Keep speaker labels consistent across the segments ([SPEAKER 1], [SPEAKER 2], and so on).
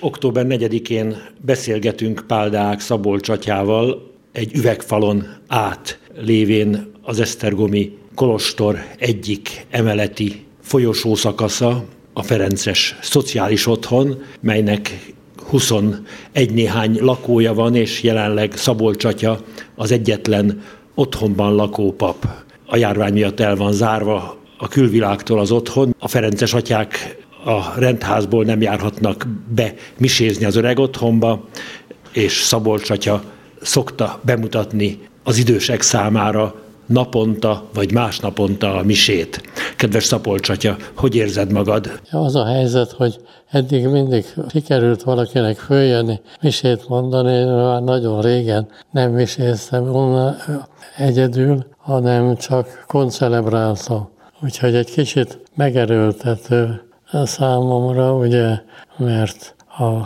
[SPEAKER 1] október 4-én beszélgetünk Pál Deák Szabolcs atyával egy üvegfalon át lévén az esztergomi kolostor egyik emeleti folyosószakasza, a ferences szociális otthon, melynek 21 néhány lakója van, és jelenleg Szabolcs atya az egyetlen otthonban lakó pap. A járvány miatt el van zárva a külvilágtól az otthon. A ferences atyák a rendházból nem járhatnak be misézni az öreg otthonba, és Szabolcs atya szokta bemutatni az idősek számára naponta vagy másnaponta a misét. Kedves Szabolcs atya, hogy érzed magad?
[SPEAKER 2] Az a helyzet, hogy eddig mindig sikerült valakinek följönni, misét mondani, már nagyon régen nem miséztem egyedül, hanem csak koncelebráltam. Úgyhogy egy kicsit megerőltető számomra, ugye, mert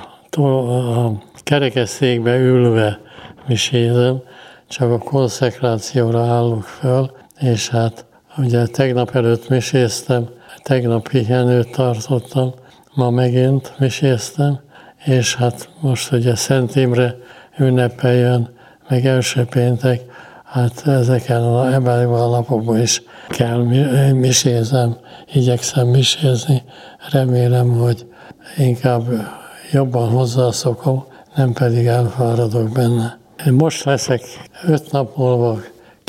[SPEAKER 2] a kerekesszékbe ülve misézem, csak a konszekrációra állok föl, és hát ugye tegnap előtt miséztem, tegnap pihenőt tartottam, ma megint miséztem, és hát most ugye Szent Imre ünnepe jön, meg első péntek, hát ebben a napokban is kell misézem, igyekszem misézni, remélem, hogy inkább jobban hozzászokom, nem pedig elfáradok benne. Most leszek 5 nap múlva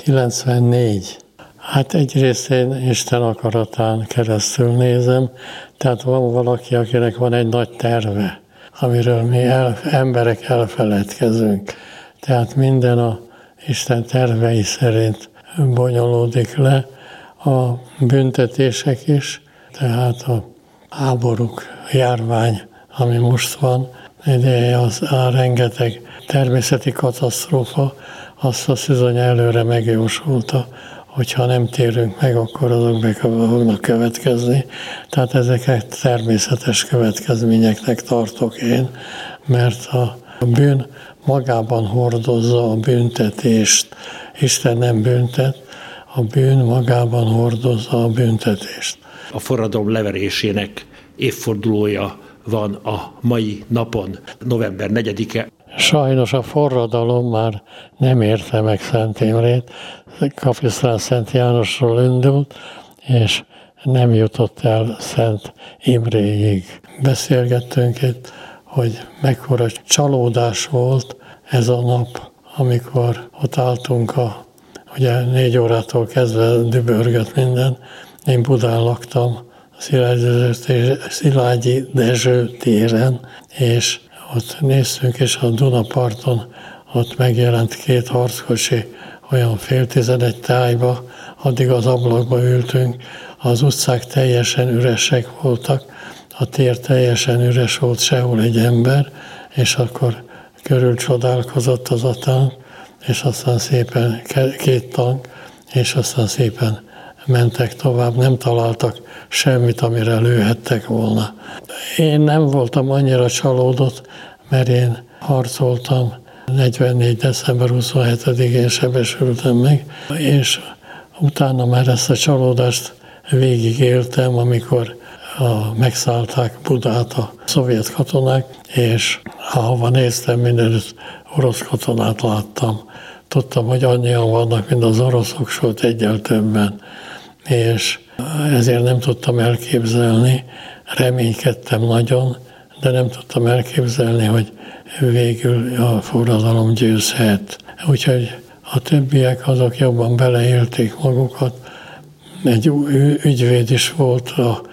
[SPEAKER 2] 94. Hát egyrészt én Isten akaratán keresztül nézem, tehát van valaki, akinek van egy nagy terve, amiről mi emberek elfeledkezünk. Tehát minden a Isten tervei szerint bonyolódik le, a büntetések is, tehát a háborúk, járvány, ami most van, de a rengeteg természeti katasztrófa, azt a szezon előre megjósolta, hogyha nem térünk meg, akkor azok be fognak következni. Tehát ezeket természetes következményeknek tartok én, mert a bűn magában hordozza a büntetést. Isten nem büntet, a bűn magában hordozza a büntetést.
[SPEAKER 1] A forradalom leverésének évfordulója van a mai napon, november 4-e.
[SPEAKER 2] Sajnos a forradalom már nem érte meg Szent Imrét, Kapisztrán Szent Jánosról indult, és nem jutott el Szent Imréig. Beszélgettünk itt, hogy mekkora csalódás volt ez a nap, amikor ott álltunk, ugye 4 órától kezdve dübörgött minden. Én Budán laktam, Szilágyi Dezső téren, és ott néztünk, és a Dunaparton ott megjelent 2 harckocsi, olyan 10:30 tájba, addig az ablakba ültünk, az utcák teljesen üresek voltak, a tér teljesen üres volt, sehol egy ember, és akkor körülcsodálkozott az a tank, és aztán szépen 2 tank, és aztán szépen mentek tovább, nem találtak semmit, amire lőhettek volna. Én nem voltam annyira csalódott, mert én harcoltam, 44. december 27-én sebesültem meg, és utána már ezt a csalódást végigéltem, amikor megszállták Budát a szovjet katonák, és ahova néztem, mindenütt orosz katonát láttam. Tudtam, hogy annyian vannak, mint az oroszok, sőt egyel többen. És ezért nem tudtam elképzelni, reménykedtem nagyon, de nem tudtam elképzelni, hogy végül a forradalom győzhet. Úgyhogy a többiek azok jobban beleélték magukat. Egy ügyvéd is volt,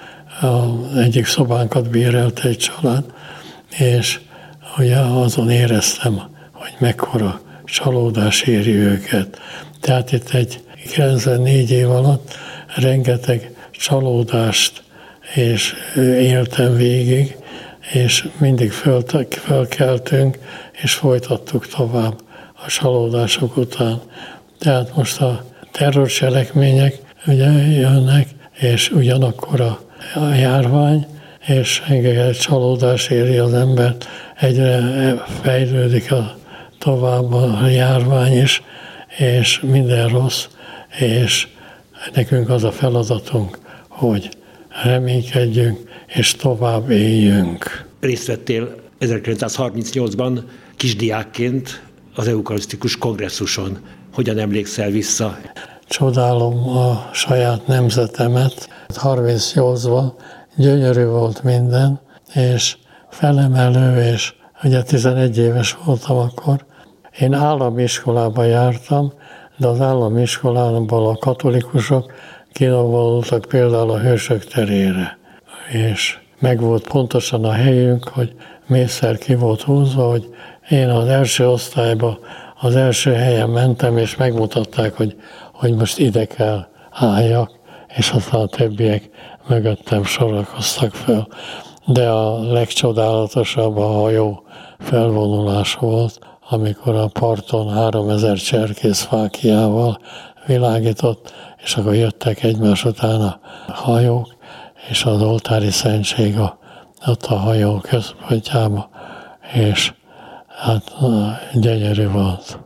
[SPEAKER 2] egyik szobánkat bérelte egy család, és ugye azon éreztem, hogy mekkora csalódás éri őket. Tehát itt egy 94 év alatt rengeteg csalódást és éltem végig, és mindig fölkeltünk, és folytattuk tovább a csalódások után. Tehát most a terrorcselekmények ugye jönnek, és ugyanakkor a járvány, és rengeteg csalódás éri az embert, egyre fejlődik tovább a járvány is, és minden rossz, és nekünk az a feladatunk, hogy reménykedjünk, és tovább éljünk.
[SPEAKER 1] Részt vettél 1938-ban kisdiákként az eukarisztikus kongresszuson. Hogyan emlékszel vissza?
[SPEAKER 2] Csodálom a saját nemzetemet. 38-ban gyönyörű volt minden, és felemelő, és ugye 11 éves voltam akkor. Én állami iskolába jártam, de az állami iskolában a katolikusok kineveltek például a Hősök terére. És meg volt pontosan a helyünk, hogy mészszer ki volt húzva, hogy én az első osztályba az első helyen mentem, és megmutatták, hogy most ide kell álljak, és aztán a többiek mögöttem sorakoztak fel. De a legcsodálatosabb a hajó felvonulás volt, amikor a parton 3000 cserkész fáklyával világított, és akkor jöttek egymás után a hajók, és az oltári szentség ott a hajó központjába, és hát gyönyörű volt.